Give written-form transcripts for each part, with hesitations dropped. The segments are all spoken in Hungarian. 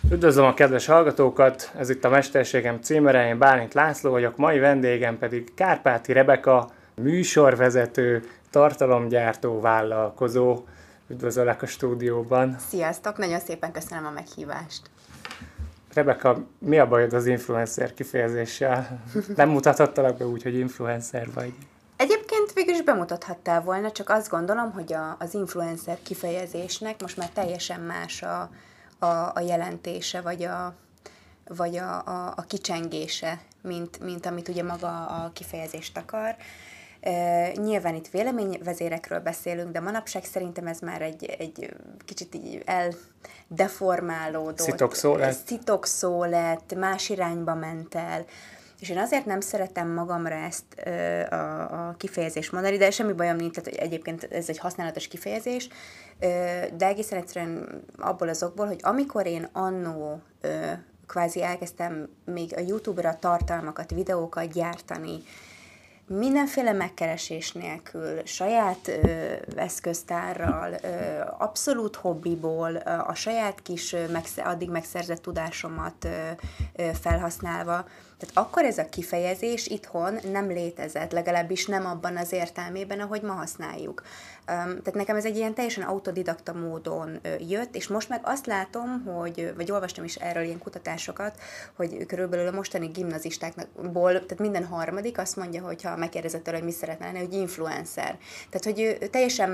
Üdvözlöm a kedves hallgatókat, ez itt a Mesterségem címere, én Bálint László vagyok, mai vendégem pedig Kárpáti Rebeka, műsorvezető, tartalomgyártó, vállalkozó. Üdvözöllek a stúdióban. Sziasztok, nagyon szépen köszönöm a meghívást. Rebeka, mi a bajod az influencer kifejezéssel? Nem mutathattalak be úgy, hogy influencer vagy? Egyébként végül is bemutathattál volna, csak azt gondolom, hogy az influencer kifejezésnek most már teljesen más a jelentése, vagy a kicsengése, mint amit ugye maga a kifejezést akar. Nyilván itt véleményvezérekről beszélünk, de manapság szerintem ez már egy kicsit így eldeformálódott. Szitokszó lett, más irányba ment el. És én azért nem szeretem magamra ezt a kifejezést mondani, de semmi bajom nincs, tehát egyébként ez egy használatos kifejezés, de egészen egyszerűen abból az okból, hogy amikor én annó kvázi elkezdtem még a YouTube-ra tartalmakat, videókat gyártani, mindenféle megkeresés nélkül, saját eszköztárral, abszolút hobbiból, a saját kis addig megszerzett tudásomat felhasználva. Tehát akkor ez a kifejezés itthon nem létezett, legalábbis nem abban az értelmében, ahogy ma használjuk. Tehát nekem ez egy ilyen teljesen autodidakta módon jött, és most meg azt látom, vagy olvastam is erről ilyen kutatásokat, hogy körülbelül a mostani gimnazistákból, tehát minden harmadik azt mondja, hogy ha megkérdezett tőle, hogy mi szeretne lenni, hogy influencer. Tehát, hogy teljesen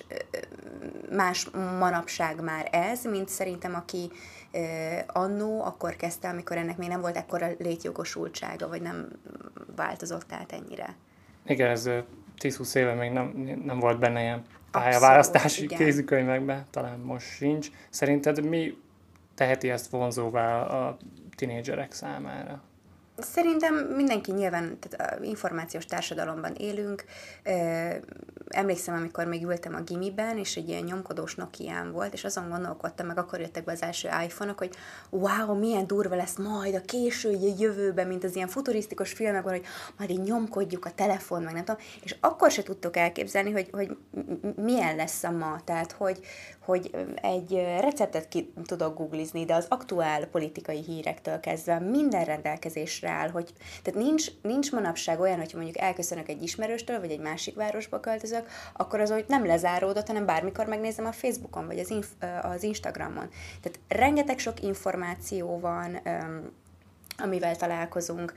más manapság már ez, mint szerintem aki annó akkor kezdte, amikor ennek még nem volt ekkora létjogosultsága, vagy nem változott át ennyire. Igen, ez 10-20 éve még nem volt benne ilyen pályaválasztási kézikönyvekben, talán most sincs. Szerinted mi teheti ezt vonzóvá a tinédzserek számára? Szerintem mindenki nyilván, tehát információs társadalomban élünk. Emlékszem, amikor még ültem a gimiben, és egy ilyen nyomkodós Nokián volt, és azon gondolkodtam, meg akkor jöttek be az első iPhone-ok, hogy wow, milyen durva lesz majd a késői jövőben, mint az ilyen futurisztikus filmekben, hogy majd így nyomkodjuk a telefon, meg nem tudom, és akkor se tudtok elképzelni, hogy milyen lesz a ma, tehát hogy egy receptet ki tudok googlizni, de az aktuál politikai hírektől kezdve minden rendelkezésre áll, tehát nincs manapság olyan, hogyha mondjuk elköszönök egy ismerőstől, vagy egy másik városba költözök, akkor az hogy nem lezáródott, hanem bármikor megnézem a Facebookon, vagy az Instagramon. Tehát rengeteg sok információ van, amivel találkozunk,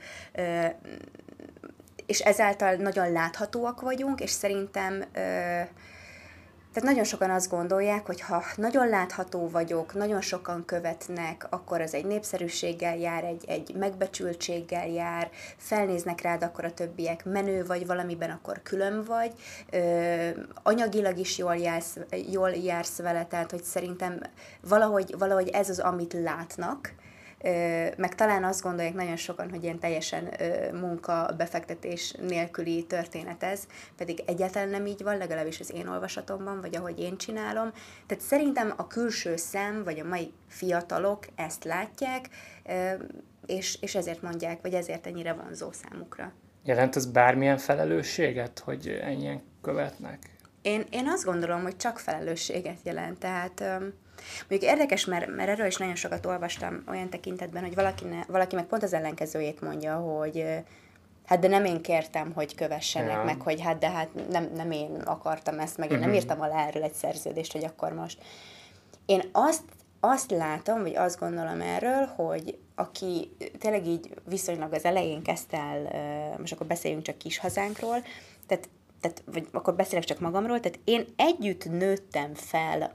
és ezáltal nagyon láthatóak vagyunk, és szerintem tehát nagyon sokan azt gondolják, hogy ha nagyon látható vagyok, nagyon sokan követnek, akkor az egy népszerűséggel jár, egy megbecsültséggel jár, felnéznek rád, akkor a többiek menő vagy valamiben, akkor külön vagy, anyagilag is jól jársz vele, tehát hogy szerintem valahogy ez az, amit látnak, meg talán azt gondolják nagyon sokan, hogy ilyen teljesen munkabefektetés nélküli történet ez, pedig egyáltalán nem így van, legalábbis az én olvasatomban, vagy ahogy én csinálom. Tehát szerintem a külső szem, vagy a mai fiatalok ezt látják, és ezért mondják, vagy ezért ennyire vonzó számukra. Jelent ez bármilyen felelősséget, hogy ennyien követnek? Én azt gondolom, hogy csak felelősséget jelent, tehát mondjuk érdekes, mert erről is nagyon sokat olvastam olyan tekintetben, hogy valaki meg pont az ellenkezőjét mondja, hogy hát de nem én kértem, hogy kövessenek, meg hogy hát nem én akartam ezt, meg én nem írtam alá erről egy szerződést, hogy akkor most. Én azt látom, vagy azt gondolom erről, hogy aki tényleg így viszonylag az elején kezdte el, most akkor beszéljünk csak kis hazánkról, tehát vagy akkor beszélek csak magamról, tehát én együtt nőttem fel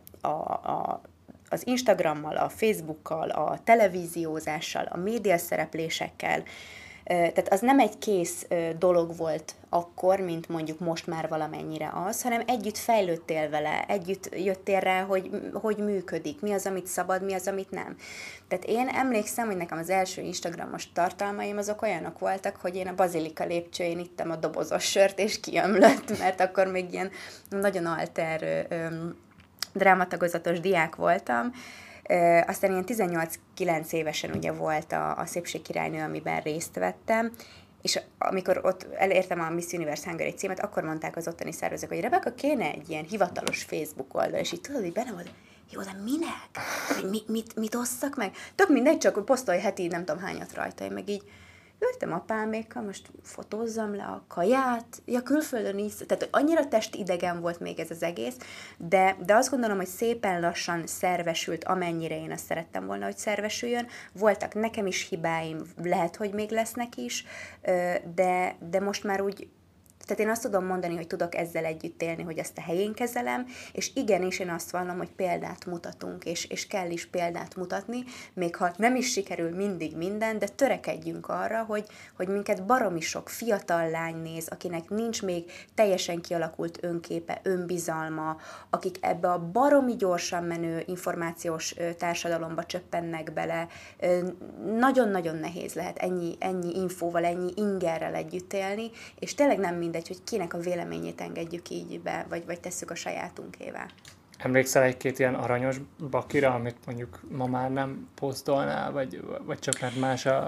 az Instagrammal, a Facebookkal, a televíziózással, a médiaszereplésekkel, tehát az nem egy kész dolog volt akkor, mint mondjuk most már valamennyire az, hanem együtt fejlődtél vele, együtt jöttél rá, hogy működik, mi az, amit szabad, mi az, amit nem. Tehát én emlékszem, hogy nekem az első Instagramos tartalmaim azok olyanok voltak, hogy én a Bazilika lépcsőjén ittem a dobozos sört, és kiömlött, mert akkor még ilyen nagyon alter drámatagozatos diák voltam. Aztán ilyen 18-9 évesen ugye volt a Szépségkirálynő, amiben részt vettem, és amikor ott elértem a Miss Universe Hungary címet, akkor mondták az ottani szervezők, hogy Rebeka, kéne egy ilyen hivatalos Facebook oldal, és így tudod, hogy benne volt, jó, de minek? Mit osszak meg? Tök mindegy, csak posztolj heti nem tudom hányat rajta, én meg így ültem apámékkal, most fotózzam le a kaját, ja, külföldön is, tehát annyira testidegen volt még ez az egész, de azt gondolom, hogy szépen lassan szervesült, amennyire én azt szerettem volna, hogy szervesüljön. Voltak nekem is hibáim, lehet, hogy még lesznek is, de most már úgy, tehát én azt tudom mondani, hogy tudok ezzel együtt élni, hogy ezt a helyén kezelem, és igenis én azt vallom, hogy példát mutatunk, és kell is példát mutatni, még ha nem is sikerül mindig minden, de törekedjünk arra, hogy minket baromi sok fiatal lány néz, akinek nincs még teljesen kialakult önképe, önbizalma, akik ebbe a baromi gyorsan menő információs társadalomba csöppennek bele. Nagyon-nagyon nehéz lehet ennyi infóval, ennyi ingerrel együtt élni, és tényleg nem mindegy, hogy kinek a véleményét engedjük így be, vagy tesszük a sajátunkével. Emlékszel egy-két ilyen aranyos bakira, amit mondjuk ma már nem posztolnál, vagy csak mert más a...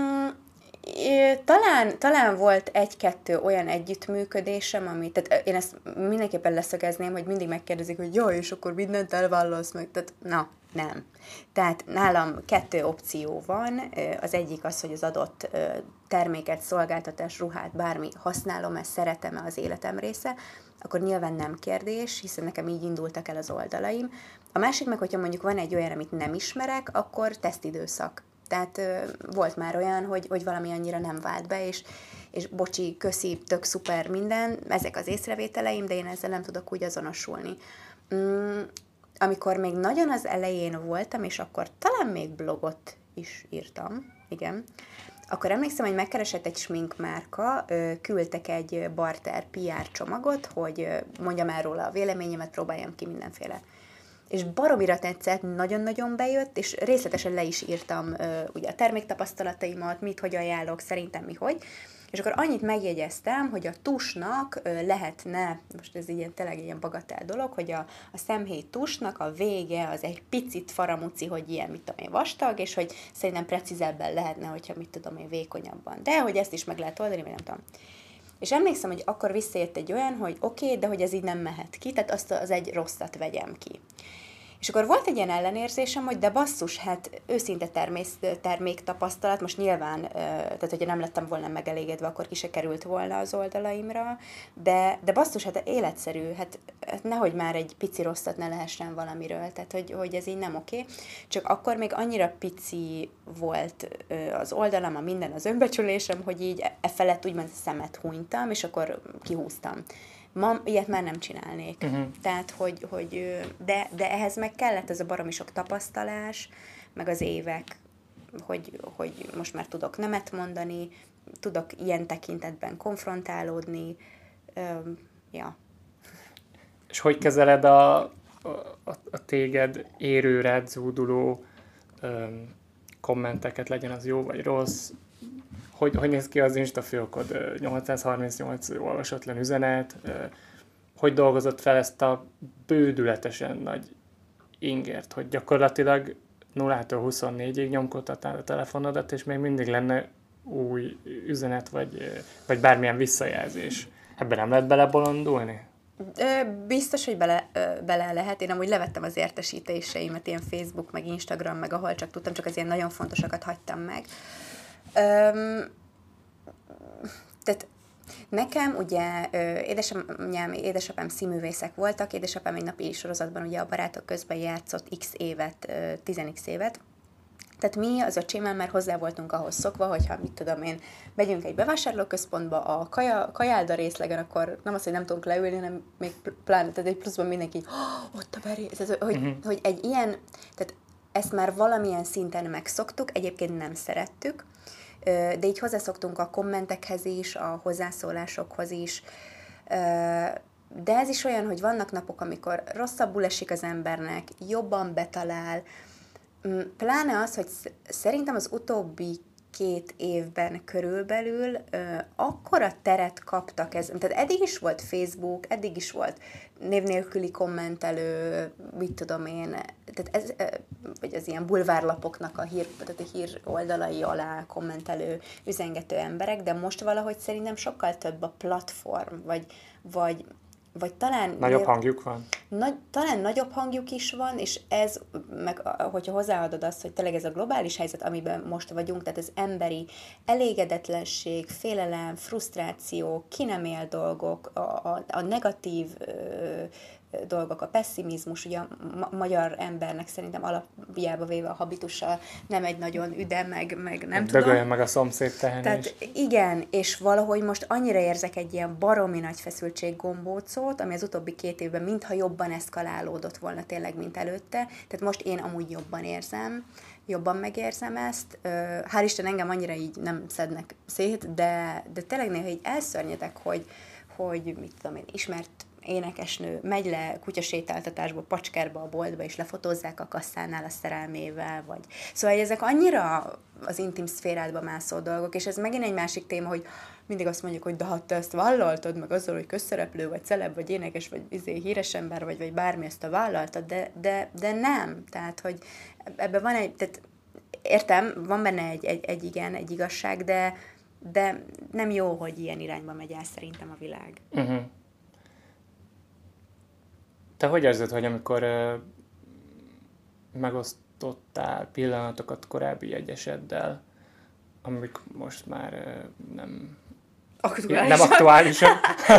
Talán volt egy-kettő olyan együttműködésem, ami, tehát én ezt mindenképpen leszögezném, hogy mindig megkérdezik, hogy jó, és akkor mindent elvállalsz meg, tehát nem. Tehát nálam 2 opció van, az egyik az, hogy az adott terméket, szolgáltatás, ruhát, bármi használom-e, szeretem-e, az életem része, akkor nyilván nem kérdés, hiszen nekem így indultak el az oldalaim. A másik meg, hogyha mondjuk van egy olyan, amit nem ismerek, akkor tesztidőszak. Tehát volt már olyan, hogy valami annyira nem vált be, és bocsi, köszi, tök szuper minden, ezek az észrevételeim, de én ezzel nem tudok úgy azonosulni. Amikor még nagyon az elején voltam, és akkor talán még blogot is írtam, igen, akkor emlékszem, hogy megkeresett egy sminkmárka, küldtek egy barter PR csomagot, hogy mondjam el róla a véleményemet, próbáljam ki mindenféle. És baromira tetszett, nagyon-nagyon bejött, és részletesen le is írtam ugye a terméktapasztalataimat, mit, hogy ajánlok, szerintem mi, hogy. És akkor annyit megjegyeztem, hogy a tusnak lehetne, most ez ilyen, tényleg ilyen bagatel dolog, hogy a szemhéj tusnak a vége az egy picit faramuci, hogy ilyen, mit tudom én, vastag, és hogy szerintem precízebben lehetne, hogyha, mit tudom én, vékonyabban. De hogy ezt is meg lehet oldani, vagy nem tudom. És emlékszem, hogy akkor visszajött egy olyan, hogy oké, de hogy ez így nem mehet ki, tehát azt az egy rosszat vegyem ki. És akkor volt egy ilyen ellenérzésem, hogy de basszus, hát őszinte terméktapasztalat, most nyilván, tehát hogyha nem lettem volna megelégedve, akkor ki se került volna az oldalaimra, de basszus, hát életszerű, hát nehogy már egy pici rosszat ne lehessen valamiről, tehát hogy ez így nem oké. Csak akkor még annyira pici volt az oldalam, a minden az önbecsülésem, hogy így felett úgymond szemet hunytam, és akkor kihúztam. Ma ilyet már nem csinálnék. Tehát, de ehhez meg kellett ez a baromi sok tapasztalás, meg az évek, hogy most már tudok nemet mondani, tudok ilyen tekintetben konfrontálódni. Ja. És hogy kezeled a téged érő, rád zúduló kommenteket, legyen az jó vagy rossz? Hogy néz ki az Insta fiókod? 838 olvasatlan üzenet? Hogy dolgozott fel ezt a bődületesen nagy ingert, hogy gyakorlatilag 0-tól 24-ig nyomkodhatnál a telefonodat, és még mindig lenne új üzenet, vagy bármilyen visszajelzés. Ebben nem lehet belebolondulni? Biztos, hogy bele lehet. Én amúgy levettem az értesítéseimet, ilyen Facebook, meg Instagram, meg ahol csak tudtam, csak az ilyen nagyon fontosakat hagytam meg. Tehát nekem ugye édesapám színművészek voltak, édesapám egy napi sorozatban ugye a Barátok közben játszott 10x évet, tehát mi az öcsémmel már hozzá voltunk ahhoz szokva, hogyha, mit tudom én, megyünk egy bevásárlóközpontba a kajálda részlegen, akkor nem az, hogy nem tudunk leülni, hanem még pláne, tehát egy pluszban mindenki, ott a berész, hogy egy ilyen, tehát ezt már valamilyen szinten megszoktuk, egyébként nem szerettük, de így hozzászoktunk a kommentekhez is, a hozzászólásokhoz is, de ez is olyan, hogy vannak napok, amikor rosszabbul esik az embernek, jobban betalál, pláne az, hogy szerintem az utóbbi 2 évben körülbelül akkora teret kaptak tehát eddig is volt Facebook, eddig is volt név nélküli kommentelő, mit tudom én, tehát vagy az ilyen bulvárlapoknak a hír oldalai alá kommentelő, üzengető emberek, de most valahogy szerintem sokkal több a platform, vagy vagy talán... Nagyobb hangjuk van? Talán nagyobb hangjuk is van, és ez, meg hogyha hozzáadod azt, hogy tényleg ez a globális helyzet, amiben most vagyunk, tehát az emberi elégedetlenség, félelem, frusztráció, ki nem él dolgok, a negatív dolgok, a pessimizmus, ugye a magyar embernek szerintem alapjába véve a habitusa nem egy nagyon üde, meg nem tudom. Dögöljön meg a szomszéd tehenés. Tehát igen, és valahogy most annyira érzek egy ilyen baromi nagy feszültség gombócot, ami az utóbbi 2 évben mintha jobban eszkalálódott volna tényleg, mint előtte. Tehát most én amúgy jobban megérzem ezt. Hál' Isten engem annyira így nem szednek szét, de tényleg néha így elszörnyedek, hogy mit tudom én, ismert énekesnő megy le kutyasétáltatásba, pacskárba a boltba, és lefotózzák a kasszánál a szerelmével, vagy... Szóval ezek annyira az intim szférádba mászó dolgok, és ez megint egy másik téma, hogy mindig azt mondjuk, hogy de hát te ezt vállaltad, meg azzal, hogy közszereplő, vagy celeb, vagy énekes, vagy híres ember, vagy bármi, ezt a vállaltad, de nem. Tehát, hogy ebben van tehát értem, van benne egy igen, egy igazság, de nem jó, hogy ilyen irányba megy el szerintem a világ. Uh-huh. Te hogy érzed, hogy amikor megosztottál pillanatokat korábbi egyeseddel, amik most már nem aktuálisak,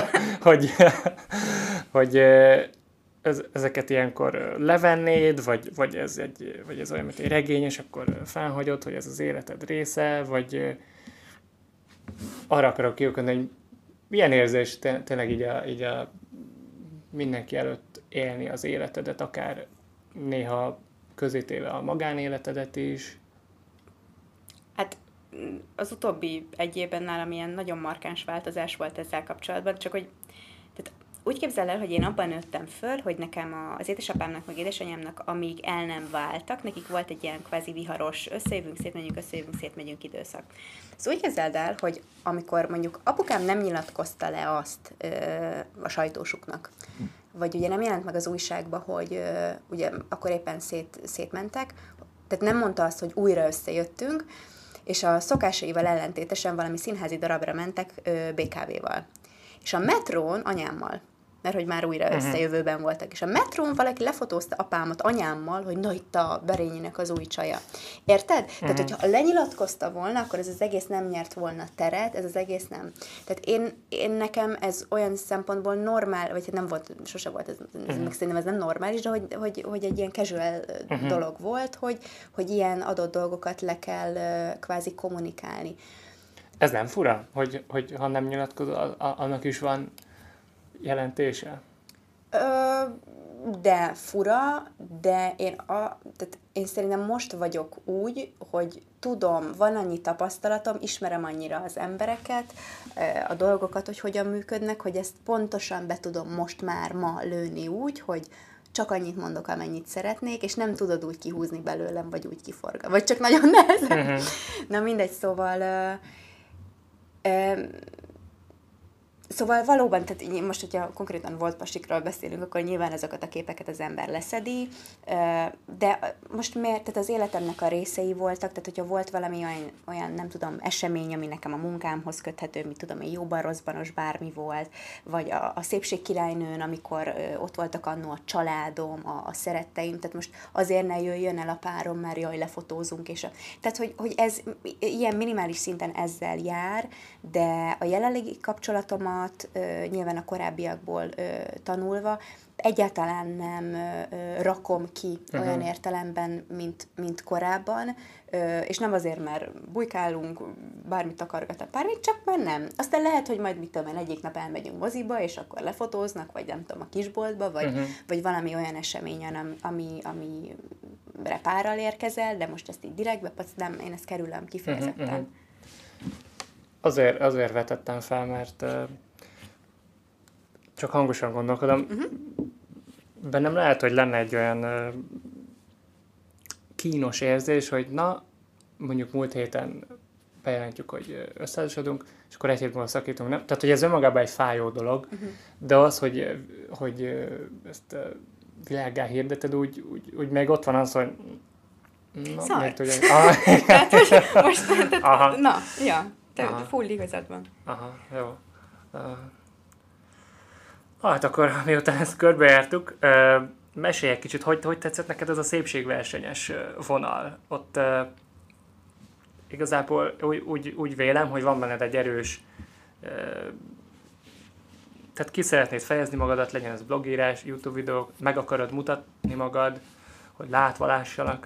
hogy ezeket ilyenkor levennéd, vagy ez olyan, mint egy regény, és akkor felhagyod, hogy ez az életed része, vagy arra akarok kiukadni, hogy milyen érzés tényleg így a mindenki előtt élni az életedet, akár néha közétéve a magánéletedet is. Hát az utóbbi 1 évben nálam ilyen nagyon markáns változás volt ezzel kapcsolatban, csak hogy tehát úgy képzel el, hogy én abban nőttem föl, hogy nekem az édesapámnak, meg édesanyámnak, amíg el nem váltak, nekik volt egy ilyen kvázi viharos összejövünk, szétmegyünk időszak. Szóval úgy képzeld el, hogy amikor mondjuk apukám nem nyilatkozta le azt a sajtósuknak, vagy ugye nem jelent meg az újságba, hogy ugye akkor éppen szétmentek, tehát nem mondta azt, hogy újra összejöttünk, és a szokásaival ellentétesen valami színházi darabra mentek BKV-val. És a metrón anyámmal, mert hogy már újra összejövőben voltak, és a metrón valaki lefotózta apámat anyámmal, hogy na itt a Berényinek az új csaja. Érted? Tehát, hogyha lenyilatkozta volna, akkor ez az egész nem nyert volna teret, ez az egész nem. Tehát én nekem ez olyan szempontból normál, vagy nem volt, sose volt, ez meg szerintem ez nem normális, de hogy egy ilyen casual dolog volt, hogy ilyen adott dolgokat le kell kvázi kommunikálni. Ez nem fura, hogy ha nem nyilatkozol, annak is van jelentése? De fura, de én szerintem most vagyok úgy, hogy tudom, van annyi tapasztalatom, ismerem annyira az embereket, a dolgokat, hogy hogyan működnek, hogy ezt pontosan be tudom most már ma lőni úgy, hogy csak annyit mondok, amennyit szeretnék, és nem tudod úgy kihúzni belőlem, vagy úgy kiforgatni. Vagy csak nagyon nehezen. Na mindegy, Szóval valóban, tehát most, hogyha konkrétan volt pasikról beszélünk, akkor nyilván ezeket a képeket az ember leszedi, de most miért, tehát az életemnek a részei voltak, tehát hogyha volt valami olyan nem tudom, esemény, ami nekem a munkámhoz köthető, mit tudom én, jóban, rosszbanos bármi volt, vagy a szépségkirálynőn, amikor ott voltak annó a családom, a szeretteim, tehát most azért ne jöjjön el a párom, mert jaj, lefotózunk, tehát hogy ez ilyen minimális szinten ezzel jár, de a jelenlegi kapcsolatomat nyilván a korábbiakból tanulva, egyáltalán nem rakom ki olyan értelemben, mint korábban, és nem azért, mert bujkálunk, bármit akargatok, bármit, csak már nem. Aztán lehet, hogy majd mit tudom én, egyik nap elmegyünk moziba, és akkor lefotóznak, vagy nem tudom, a kisboltba, vagy valami olyan eseményen, amire párral érkezel, de most ezt így direktbe, nem, én ezt kerülöm kifejezetten. Azért vetettem fel, mert csak hangosan gondolkodom. Bennem lehet, hogy lenne egy olyan kínos érzés, hogy na, mondjuk múlt héten bejelentjük, hogy összeházasodunk, és akkor 1 hét múlva szakítunk. Nem? Tehát, hogy ez önmagában egy fájó dolog, de az, hogy ezt világgá hirdeted, úgy még ott van az, hogy Szar. Full igazad van. Aha, jó. Hát akkor, miután ezt körbejártuk, mesélj egy kicsit, hogy tetszett neked ez a szépségversenyes vonal? Ott igazából úgy vélem, hogy van benned egy erős, tehát ki szeretnéd fejezni magadat, legyen ez blogírás, YouTube videók, meg akarod mutatni magad, hogy látva lássanak.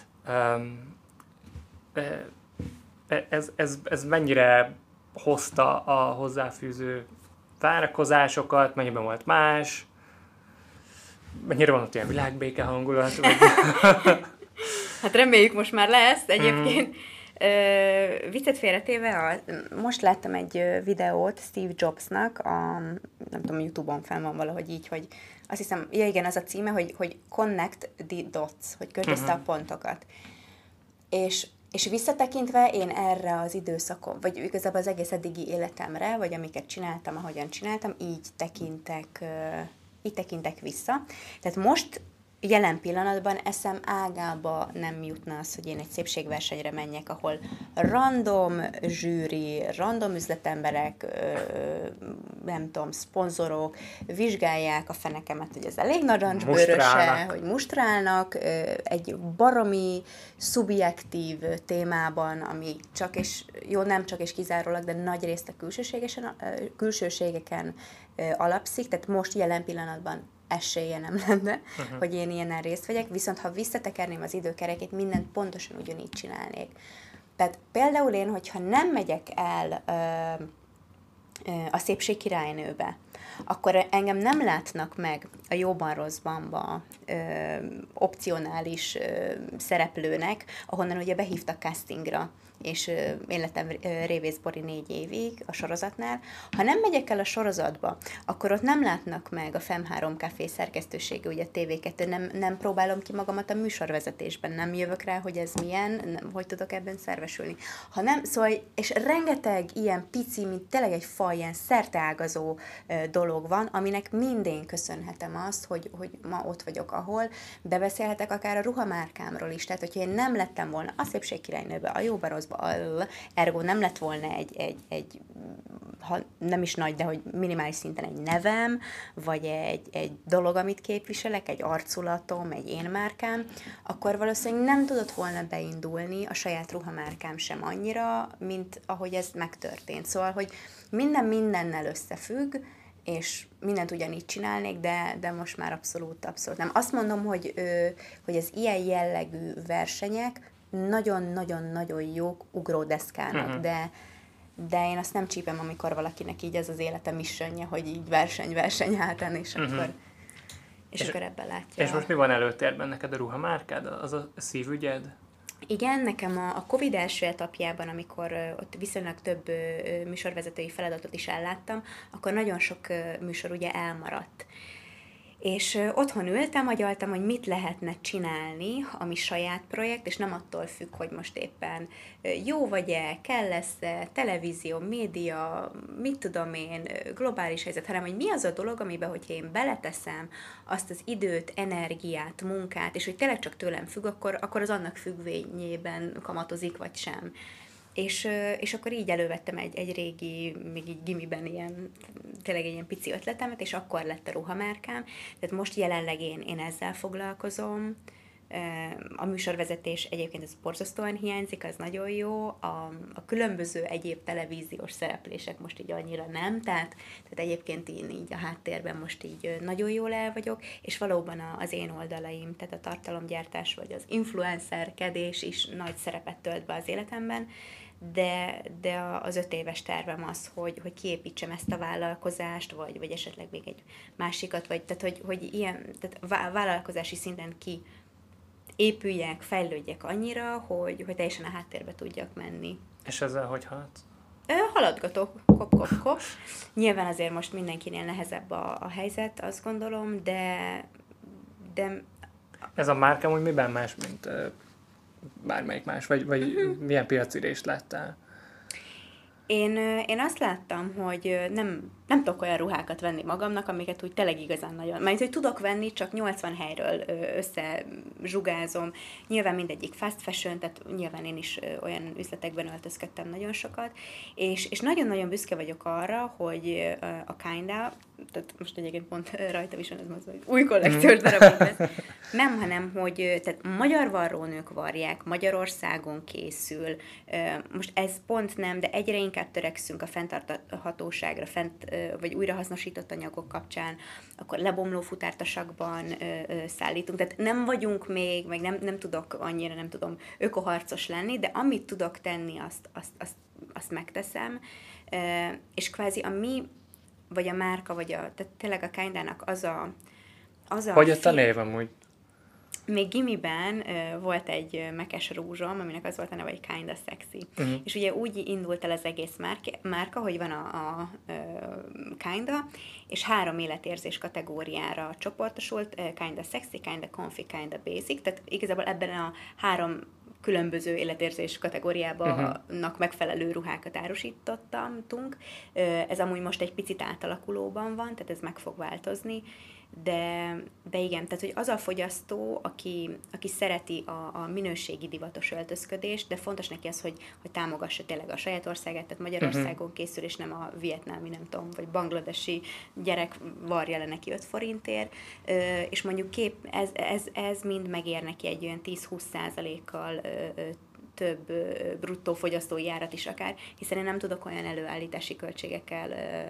Ez mennyire hozta a hozzáfűző várakozásokat, mennyiben volt más, mennyire van ott ilyen világbéke hangulat? Vagy... Hát reméljük most már lesz egyébként. Viccet félretéve, most láttam egy videót Steve Jobsnak, nem tudom, YouTube-on fenn van valahogy így, hogy azt hiszem, ja igen, az a címe, hogy Connect the Dots, hogy köt össze a pontokat. És visszatekintve én erre az időszakon, vagy igazából az egész eddigi életemre, vagy amiket csináltam, ahogyan csináltam, így tekintek vissza. Tehát most jelen pillanatban eszem ágába nem jutna az, hogy én egy szépségversenyre menjek, ahol random zsűri, random üzletemberek, nem tudom, szponzorok vizsgálják a fenekemet, hogy ez elég narancsbőröse, hogy mustrálnak egy baromi szubjektív témában, ami csak és, jó, nem csak és kizárólag, de nagy részt a külsőségeken alapszik, tehát most jelen pillanatban esélye nem lenne, hogy én ilyenen részt vegyek, viszont ha visszatekerném az időkerekét, mindent pontosan ugyanígy csinálnék. Tehát például én, hogyha nem megyek el a szépség királynőbe, akkor engem nem látnak meg a jóban-rosszbanba opcionális szereplőnek, ahonnan ugye behívtak castingra, és én lettem Révész Bori 4 évig a sorozatnál. Ha nem megyek el a sorozatba, akkor ott nem látnak meg a FEM3 Café szerkesztősége, ugye a TV2, nem próbálom ki magamat a műsorvezetésben, nem jövök rá, hogy ez milyen, hogy tudok ebben szervesülni. Ha nem, szóval, és rengeteg ilyen pici, mint tényleg egy faj, ilyen szerteágazó dolog van, aminek mindén köszönhetem azt, hogy ma ott vagyok, ahol bebeszélhetek akár a ruhamárkámról is. Tehát, hogyha én nem lettem volna a szépségkirálynőbe, a jóban rosszba, ergo nem lett volna egy ha nem is nagy, de hogy minimális szinten egy nevem, vagy egy dolog, amit képviselek, egy arculatom, egy én márkám, akkor valószínűleg nem tudott volna beindulni a saját ruhamárkám sem annyira, mint ahogy ez megtörtént. Szóval, hogy minden mindennel összefügg, és mindent ugyanígy csinálnék, de most már abszolút nem. Azt mondom, hogy az ilyen jellegű versenyek nagyon-nagyon-nagyon jók ugródeszkának, de én azt nem csípem, amikor valakinek így ez az élete missionnje, hogy így verseny hátán, és akkor ebben látja. És most mi van előtérben neked, a ruhamárkád? Az a szívügyed? Igen, nekem a Covid első etapjában, amikor ott viszonylag több műsorvezetői feladatot is elláttam, akkor nagyon sok műsor ugye elmaradt. És otthon ültem, agyaltam, hogy mit lehetne csinálni, ami saját projekt, és nem attól függ, hogy most éppen jó vagy-e, kell lesz-e, televízió, média, mit tudom én, globális helyzet, hanem hogy mi az a dolog, amiben, hogyha én beleteszem azt az időt, energiát, munkát, és hogy tényleg csak tőlem függ, akkor az annak függvényében kamatozik, vagy sem. És akkor így elővettem egy régi, még így gimiben tényleg egy ilyen pici ötletemet, és akkor lett a ruhamárkám. Tehát most jelenleg én ezzel foglalkozom. A műsorvezetés egyébként ez borzasztóan hiányzik, az nagyon jó. A különböző egyéb televíziós szereplések most így annyira nem, tehát egyébként én így a háttérben most így nagyon jól el vagyok, és valóban az én oldalaim, tehát a tartalomgyártás vagy az influencerkedés is nagy szerepet tölt be az életemben, de az 5 éves tervem az, hogy kiépítsem ezt a vállalkozást, vagy esetleg még egy másikat, vagy tehát hogy ilyen, tehát vállalkozási szinten épüljek, fejlődjek annyira, hogy teljesen a háttérbe tudjak menni. És ezzel hogy haladsz? Haladgatok, kop. Nyilván azért most mindenkinél nehezebb a helyzet, azt gondolom, de... Ez a márkám úgy miben más, mint bármelyik más? Vagy milyen piacirést láttál? Én azt láttam, hogy nem tudok olyan ruhákat venni magamnak, amiket úgy tényleg igazán nagyon... Mert hogy tudok venni, csak 80 helyről összezsugázom. Nyilván mindegyik fast fashion, tehát nyilván én is olyan üzletekben öltözködtem nagyon sokat, és nagyon-nagyon büszke vagyok arra, hogy a Kinda, tehát most egyébként pont rajta is van ez az, hogy új kollekciós darabok lesz. Nem, hanem, hogy tehát magyar varrónők varják, Magyarországon készül. Most ez pont nem, de egyre inkább törekszünk a fenntarthatóságra, vagy újrahasznosított anyagok kapcsán, akkor lebomló futártasakban szállítunk. Tehát nem vagyunk még, meg nem tudok annyira, nem tudom, ökoharcos lenni, de amit tudok tenni, azt megteszem. És kvázi a mi, vagy a márka, tehát tényleg a Kindának az a hogy jött a név amúgy? Még gimiben volt egy mekes rúzsom, aminek az volt a neve, hogy Kinda Sexy. Uh-huh. És ugye úgy indult el az egész márka, hogy van a Kinda, és 3 életérzés kategóriára csoportosult, Kinda Sexy, Kinda Comfy, Kinda Basic, tehát igazából ebben a 3 különböző életérzés kategóriának megfelelő ruhákat árusítottunk. Ez amúgy most egy picit átalakulóban van, tehát ez meg fog változni, de igen, tehát hogy az a fogyasztó, aki szereti a minőségi divatos öltözködést, de fontos neki az, hogy támogassa tényleg a saját országát, tehát Magyarországon készül, és nem a vietnámi, nem tudom, vagy bangladesi gyerek varja le neki 5 forintért, és mondjuk ez mind megér neki egy olyan 10-20%-kal több bruttó fogyasztói árat is akár, hiszen én nem tudok olyan előállítási költségekkel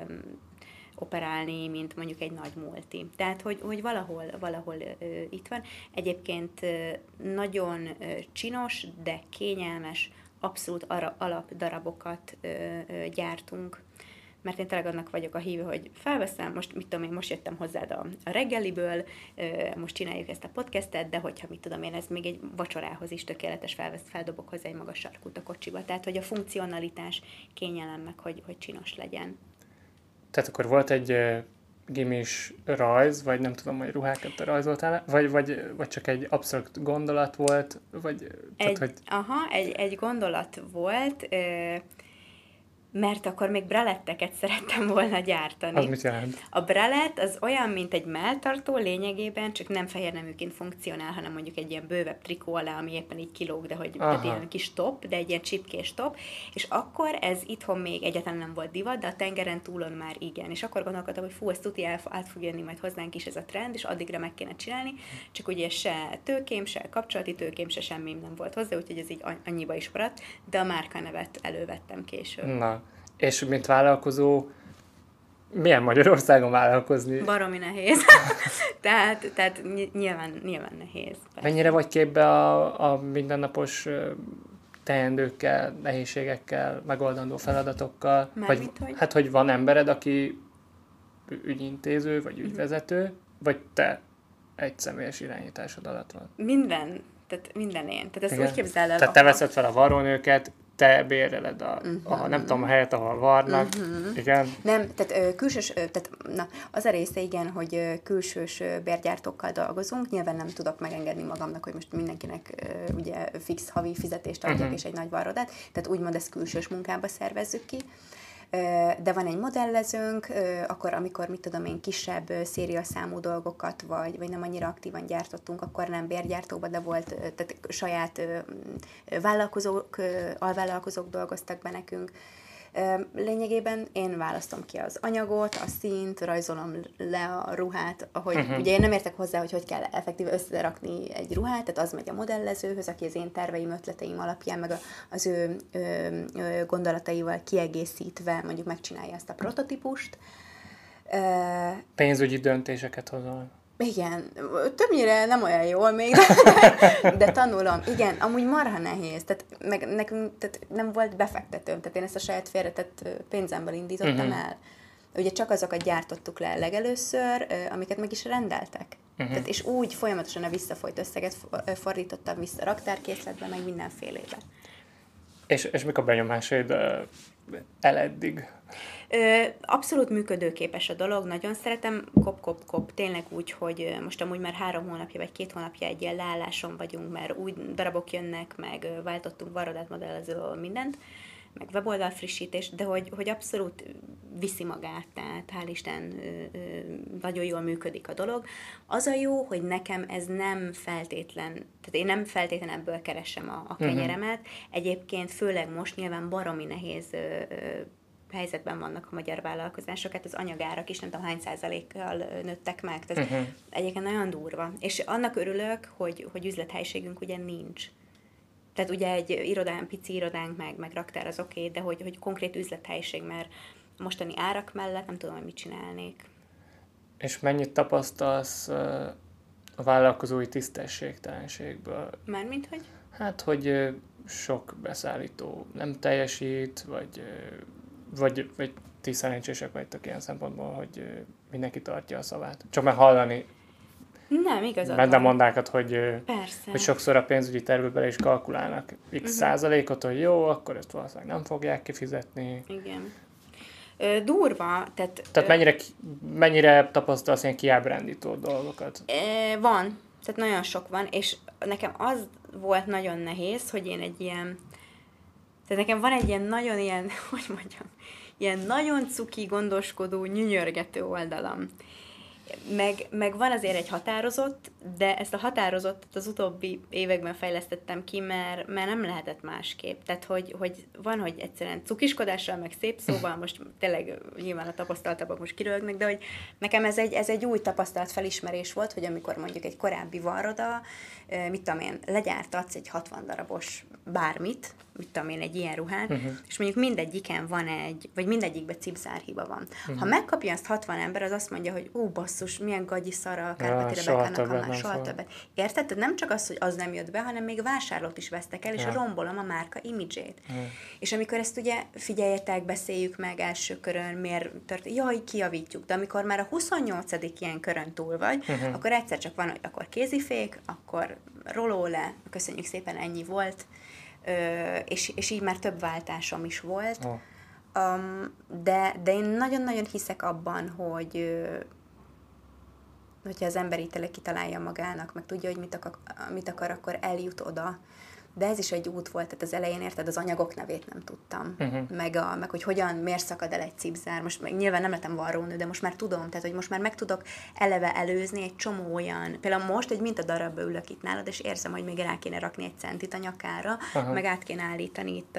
operálni, mint mondjuk egy nagy multi. Tehát, hogy valahol itt van. Egyébként nagyon csinos, de kényelmes, abszolút alapdarabokat gyártunk, mert én tényleg annak vagyok a hívő, hogy felveszem, most mit tudom én, most jöttem hozzád a reggeliből, most csináljuk ezt a podcastet, de hogyha mit tudom én, ez még egy vacsorához is tökéletes, feldobok hozzá egy magas sarkút a kocsiba. Tehát, hogy a funkcionalitás kényelem meg, hogy csinos legyen. Tehát akkor volt egy gimis rajz, vagy nem tudom, hogy ruhákat rajzoltál, vagy csak egy abszolút gondolat volt, vagy... Egy gondolat volt, mert akkor még braletteket szerettem volna gyártani. Az mit jelent? A bralett az olyan, mint egy melltartó lényegében, csak nem fehérneműként funkcionál, hanem mondjuk egy ilyen bővebb trikó alá, ami éppen így kilóg, de hogy ilyen kis top, de egy ilyen csipkés top, és akkor ez itthon még egyáltalán nem volt divat, de a tengeren túlon már igen. És akkor gondolkodtam, hogy ez tuti át fog jönni majd hozzánk is ez a trend, és addigra meg kéne csinálni, csak ugye se tőkém, se kapcsolati tőkém, se semmi nem volt hozzá, úgyhogy ez így annyiba is maradt, de a márkanevet elővettem később. Na. És mint vállalkozó, milyen Magyarországon vállalkozni? Baromi nehéz. tehát nyilván nehéz. Persze. Mennyire vagy képbe a mindennapos teendőkkel, nehézségekkel, megoldandó feladatokkal? Hogy van embered, aki ügyintéző, vagy ügyvezető, vagy te egy személyes irányításod alatt van? Minden én. Tehát ezt úgy képzel el. Tehát te veszed fel a varrónőket, te béreled nem tudom, a helyet, ahol varnak. Igen. Nem, tehát külsős, az a része igen, hogy külsős bérgyártókkal dolgozunk. Nyilván nem tudok megengedni magamnak, hogy most mindenkinek ugye fix havi fizetést adjak és egy nagy varrodát. Tehát úgymond ezt külsős munkába szervezzük ki. De van egy modellezőnk, akkor amikor, mit tudom én, kisebb szériaszámú dolgokat, vagy nem annyira aktívan gyártottunk, akkor nem bérgyártóba, de volt, tehát saját vállalkozók, alvállalkozók dolgoztak be nekünk. Lényegében én választom ki az anyagot, a színt, rajzolom le a ruhát, ahogy ugye én nem értek hozzá, hogy kell effektíve összerakni egy ruhát, tehát az megy a modellezőhöz, aki az én terveim, ötleteim alapján, meg az ő gondolataival kiegészítve mondjuk megcsinálja ezt a prototípust. Pénzügyi döntéseket hozol. Igen, többnyire nem olyan jól még, de tanulom. Igen, amúgy marha nehéz, tehát nekünk nem volt befektetőm, tehát én ezt a saját félretett pénzemből indítottam el. Ugye csak azokat gyártottuk le legelőször, amiket meg is rendeltek. Tehát, és úgy folyamatosan a visszafolyt összeget fordítottam vissza raktárkészletbe, meg mindenfélébe. És mik a benyomásaid el eddig? Abszolút működőképes a dolog, nagyon szeretem, kop, tényleg úgy, hogy most amúgy már 3 hónapja vagy 2 hónapja egy ilyen leálláson vagyunk, mert új darabok jönnek, meg váltottunk varrodát, modellezőről, mindent, meg weboldal frissítés, de hogy abszolút viszi magát, tehát hál' Isten nagyon jól működik a dolog. Az a jó, hogy nekem ez nem feltétlen, tehát én nem feltétlen ebből keresem a kenyeremet. Egyébként főleg most nyilván baromi nehéz helyzetben vannak a magyar vállalkozások, hát az anyagárak is nem tudom hány százalékkal nőttek meg, tehát egyébként nagyon durva. És annak örülök, hogy üzlethelyiségünk ugye nincs. Tehát ugye egy pici irodánk, meg raktár az oké, de hogy konkrét üzlethelyiség, mert mostani árak mellett nem tudom, hogy mit csinálnék. És mennyit tapasztalsz a vállalkozói tisztességtelenségből? Mármint, hogy? Hát, hogy sok beszállító nem teljesít, vagy ti szerencsések vagytok ilyen szempontból, hogy mindenki tartja a szavát. Csak már hallani nem, igazad van. mondákat, hogy sokszor a pénzügyi tervbe is kalkulálnak x százalékot, hogy jó, akkor ezt valószínűleg nem fogják kifizetni. Igen. Durva, tehát mennyire tapasztalsz ilyen kiábrándító dolgokat? Van, tehát nagyon sok van, és nekem az volt nagyon nehéz, hogy én egy ilyen, tehát nekem van egy ilyen nagyon ilyen, hogy mondjam, ilyen nagyon cuki, gondoskodó, nyünyörgető oldalam. Meg van azért egy határozott, de ezt a határozottat az utóbbi években fejlesztettem ki, mert nem lehetett másképp. Tehát, hogy van, hogy egyszerűen cukiskodással, meg szép szóval, most tényleg nyilván a tapasztaltabbak most kirögnek, de hogy nekem ez egy új tapasztalat felismerés volt, hogy amikor mondjuk egy korábbi varroda, mit tudom én, legyártatsz egy 60 darabos bármit, mit tudom én, egy ilyen ruhát, és mondjuk mindegyiken van vagy mindegyikben cipzárhiba van. Ha megkapja azt 60 ember, az azt mondja, hogy basszus, milyen gagyi szara a Kárpáti Rebekának, ha már soha többet. Érted? Tehát nem csak az, hogy az nem jött be, hanem még vásárlót is vesztek el, és rombolom a márka imidzsét. És amikor ezt ugye figyeljetek, beszéljük meg első körön, miért jaj, kijavítjuk, de amikor már a 28. ilyen körön túl vagy, akkor egyszer csak van, hogy akkor kézifék, akkor roló le, köszönjük szépen, ennyi volt, és így már több váltásom is volt. De én nagyon-nagyon hiszek abban, hogyha az ember így tényleg kitalálja magának, meg tudja, hogy mit akar, akkor eljut oda. De ez is egy út volt, tehát az elején érted, az anyagok nevét nem tudtam. Meg hogy miért szakad el egy cipzár. Most nyilván nem lettem varrónő, de most már tudom, tehát hogy most már meg tudok eleve előzni egy csomó olyan, például most egy mintadarabba ülök itt nálad, és érzem, hogy még rá kéne rakni egy centit a nyakára, meg át kéne állítani itt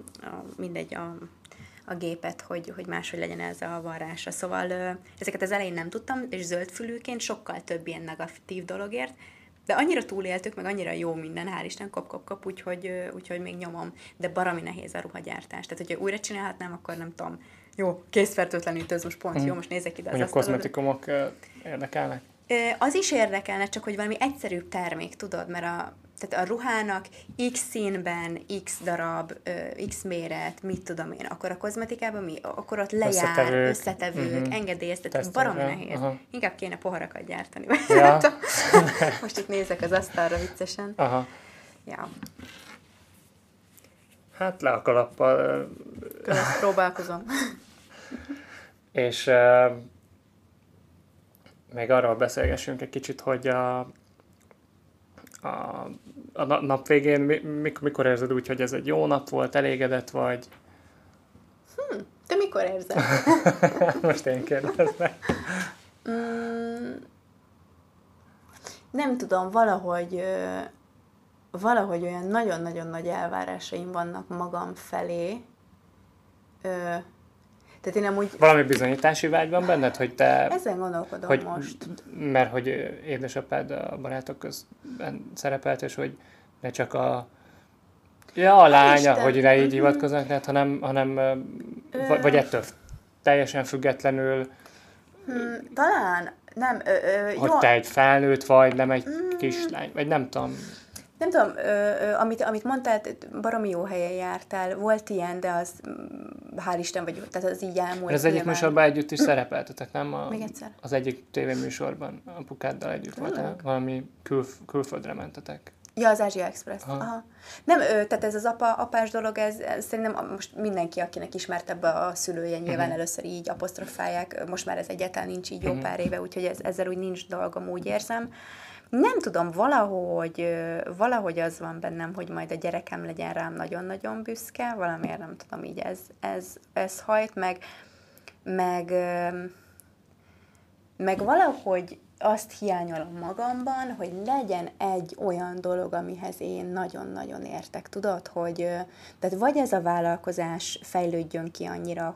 a gépet, hogy máshogy legyen ez a varrása. Szóval ezeket az elején nem tudtam, és zöldfülűként sokkal több ilyen negatív dologért, de annyira túléltük, meg annyira jó minden, hál' Isten, kap, úgyhogy még nyomom, de baromi nehéz a ruhagyártás. Tehát, hogyha újra csinálhatnám, akkor nem tudom, jó, készfertőtlenítő, most pont jó, most nézek ide az asztalra. A kozmetikumok érdekelnek? Az is érdekelne, csak hogy valami egyszerűbb termék, tudod, mert tehát a ruhának X színben, X darab, X méret, mit tudom én, akkor a kozmetikában mi? Akkor ott lejár, összetevők, engedélyeztetők, baromi nehéz. Inkább kéne poharakat gyártani. Ja. Most itt nézek az asztalra viccesen. Ja. Hát le a kalappal. Próbálkozom. És még arról beszélgessünk egy kicsit, hogy a nap végén mikor érzed úgy, hogy ez egy jó nap volt, elégedett vagy? Te mikor érzed? Most én kérdezlek. Nem tudom, valahogy olyan nagyon-nagyon nagy elvárásaim vannak magam felé. Tehát én amúgy... Valami bizonyítási vágy van benned, hogy te... Ezen gondolkodom most. Mert hogy édesapád a barátok közben szerepelt, és hogy ne csak a lánya, Isten. Hogy ne így hivatkoznak lehet, hanem vagy ettől teljesen függetlenül... Talán, nem... hogy te egy felnőtt vagy, nem egy kislány, vagy nem tudom... Nem tudom, amit mondtál, baromi jó helyen jártál, volt ilyen, de az, hál' Isten, vagy, tehát az így elmúlt. Ez egyik műsorban együtt is szerepeltetek, nem? Még egyszer? Az egyik tévéműsorban apukáddal együtt voltál, valami külföldre mentetek. Ja, az Ázsia Express. Aha. Nem, tehát ez az apás dolog, ez szerintem most mindenki, akinek ismertebb a szülője, nyilván először így apostrofálják, most már ez egyáltalán nincs így jó pár éve, úgyhogy ezzel úgy nincs dolgom, úgy érzem. Nem tudom, valahogy az van bennem, hogy majd a gyerekem legyen rám nagyon-nagyon büszke, valamiért nem tudom, így ez hajt, meg valahogy azt hiányolom magamban, hogy legyen egy olyan dolog, amihez én nagyon-nagyon értek. Tudod, hogy tehát vagy ez a vállalkozás fejlődjön ki annyira,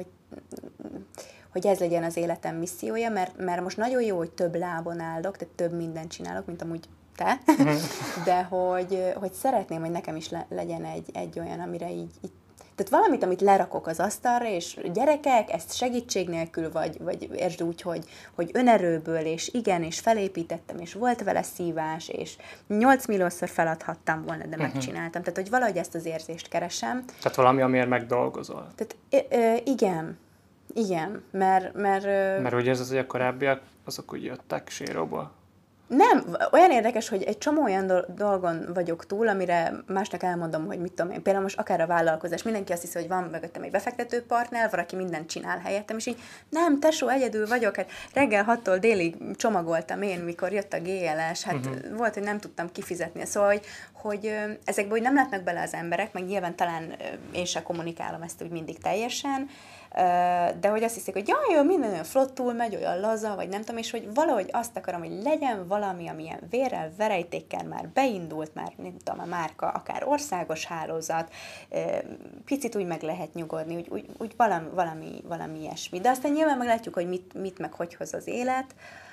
hogy ez legyen az életem missziója, mert most nagyon jó, hogy több lábon állok, tehát több mindent csinálok, mint amúgy te, de hogy szeretném, hogy nekem is legyen egy olyan, amire így tehát valamit, amit lerakok az asztalra, és gyerekek, ezt segítség nélkül, vagy értsd úgy, hogy önerőből, és igen, és felépítettem, és volt vele szívás, és 8 milliószor feladhattam volna, de megcsináltam. Tehát, hogy valahogy ezt az érzést keresem. Tehát valami, amiért megdolgozol. Tehát igen, mert úgy érzed, hogy a korábbiak azok úgy jöttek séróból? Nem, olyan érdekes, hogy egy csomó olyan dolgon vagyok túl, amire másnak elmondom, hogy mit tudom én. Például most akár a vállalkozás, mindenki azt hiszi, hogy van mögöttem egy befektető partner, valaki mindent csinál helyettem, és így nem, tesó, egyedül vagyok, hát reggel 6-tól délig csomagoltam én, mikor jött a GLS, hát volt, hogy nem tudtam kifizetni. Szóval, hogy ezekből úgy nem látnak bele az emberek, meg nyilván talán én sem kommunikálom ezt úgy mindig teljesen, de hogy azt hiszik, hogy jaj, minden olyan flottul megy, olyan laza, vagy nem tudom, és hogy valahogy azt akarom, hogy legyen valami, amilyen vérrel, verejtékkel már beindult, már nem tudom, a márka, akár országos hálózat, picit úgy meg lehet nyugodni, úgy valami ilyesmi. De aztán nyilván meglátjuk, hogy mit meg hogy hoz az élet,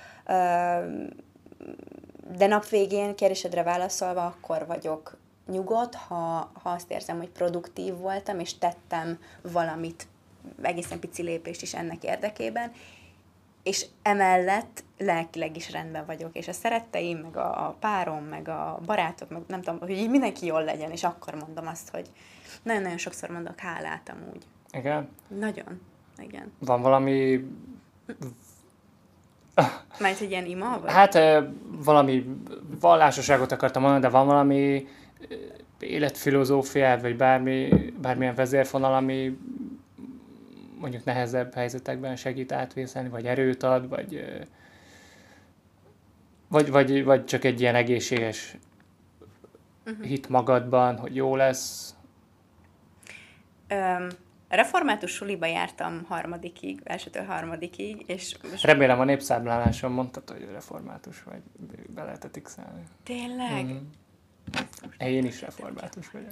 de nap végén kérdésedre válaszolva, akkor vagyok nyugodt, ha azt érzem, hogy produktív voltam, és tettem valamit, egészen pici lépést is ennek érdekében, és emellett lelkileg is rendben vagyok, és a szeretteim, meg a párom, meg a barátok, meg nem tudom, hogy így mindenki jól legyen, és akkor mondom azt, hogy nagyon-nagyon sokszor mondok hálát amúgy. Igen? Nagyon, igen. Van valami... Majd, hogy ilyen ima? Vagy? Hát valami vallásoságot akartam mondani, de van valami életfilozófiád, vagy bármilyen vezérfonal, ami mondjuk nehezebb helyzetekben segít átvészelni, vagy erőt ad, vagy csak egy ilyen egészséges hit magadban, hogy jó lesz? Református suliba jártam elsőtől harmadikig, és... Remélem a népszámláláson mondtad, hogy református vagy, be lehetett x-elni. Tényleg? Én is református vagyok.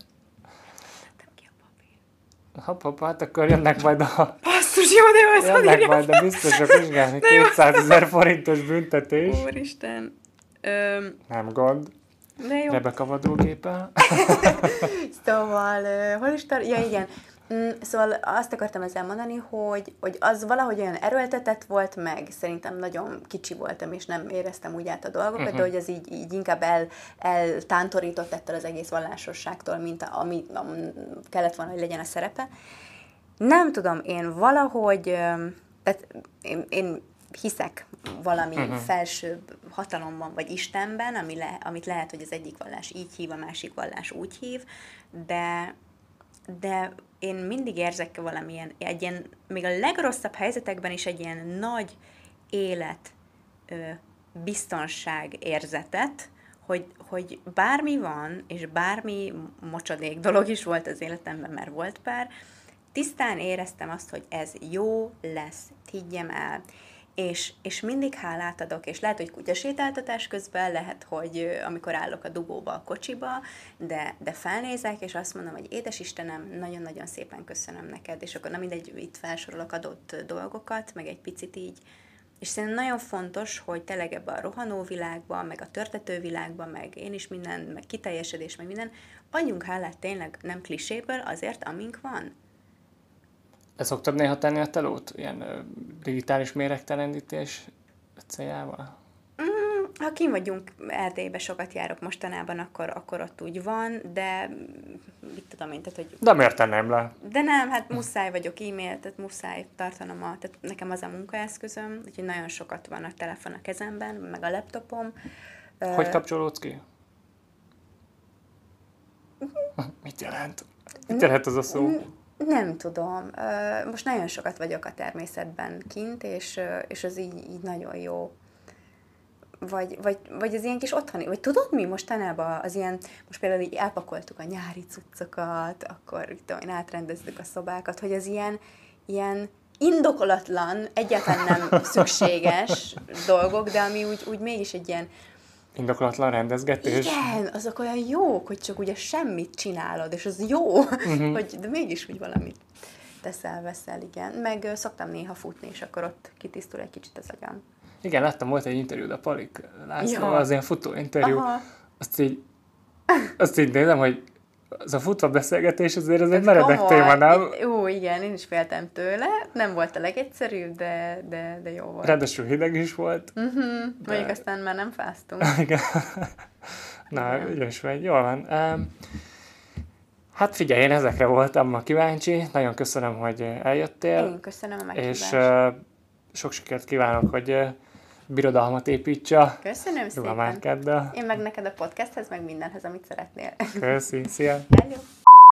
Hát akkor jönnek majd a... Basszus, jó, de az jönnek majd a biztosok vizsgálni 200 000 forintos büntetés. Úristen. Nem gond. De jó. Rebeka vadógéppel. Szóval, hol is ja, igen. Szóval azt akartam ezzel mondani, hogy az valahogy olyan erőltetett volt, meg szerintem nagyon kicsi voltam, és nem éreztem úgy át a dolgokat, de hogy ez így inkább eltántorított ettől az egész vallásosságtól, mint ami kellett volna, hogy legyen a szerepe. Nem tudom, én valahogy, tehát én hiszek valami felsőbb hatalomban, vagy Istenben, amit lehet, hogy az egyik vallás így hív, a másik vallás úgy hív, de én mindig érzek valamilyen, még a legrosszabb helyzetekben is egy ilyen nagy biztonság érzetet, hogy bármi van, és bármi mocsadék dolog is volt az életemben, mert volt pár, tisztán éreztem azt, hogy ez jó lesz, higgyem el. És mindig hálát adok, és lehet, hogy kutyasétáltatás közben, lehet, hogy amikor állok a dugóba, a kocsiba, de felnézek, és azt mondom, hogy édes Istenem, nagyon-nagyon szépen köszönöm neked, és akkor nem mindegy, itt felsorolok adott dolgokat, meg egy picit így, és szerintem nagyon fontos, hogy tényleg ebben a rohanó világban, meg a törtető világban, meg én is minden, meg kiteljesedés, meg minden, adjunk hálát tényleg nem kliséből azért, amink van. Te szoktad néha tenni a telót? Ilyen digitális méregtelenítés céljával? Ha kim vagyunk Erdélybe, sokat járok mostanában, akkor ott úgy van, de mit tudom én, tehát, hogy... De miért tenném le? De nem, hát muszáj vagyok e-mail, tehát muszáj tartanom tehát nekem az a munkaeszközöm, úgyhogy nagyon sokat van a telefon a kezemben, meg a laptopom. Hogy kapcsolódsz ki? Mit jelent? Mit jelent az a szó? Nem tudom. Most nagyon sokat vagyok a természetben kint, és az így nagyon jó. vagy az ilyen kis otthoni, vagy tudod mi mostanában az ilyen, most például így elpakoltuk a nyári cuccokat, akkor tudom, átrendeztük a szobákat, hogy az ilyen indokolatlan, egyáltalán nem szükséges dolgok, de ami úgy mégis egy ilyen indokolatlan rendezgetés. igen, azok olyan jók, hogy csak ugye semmit csinálod, és az jó, hogy de mégis úgy valamit teszel-veszel, igen. Meg szoktam néha futni, és akkor ott kitisztul egy kicsit az agyam. Igen, láttam, volt egy interjúd a Palik Lászlóval, az ilyen futó interjú. Aha. Azt így nézem, hogy az a futva beszélgetés azért az egy meredek téma, nem? Ó, igen, én is féltem tőle. Nem volt a legegyszerűbb, de jó volt. Ráadásul hideg is volt. Mondjuk aztán már nem fáztunk. Igen. Na, ügyes vagy. Jól van. Hát figyelj, én ezekre voltam ma kíváncsi. Nagyon köszönöm, hogy eljöttél. Én köszönöm a meghívást. És sok sikert kívánok, hogy birodalmat építsa. Köszönöm szépen. Ruhamárkáddal. Én meg neked a podcasthez, meg mindenhez, amit szeretnél. Köszi, szia! Hello.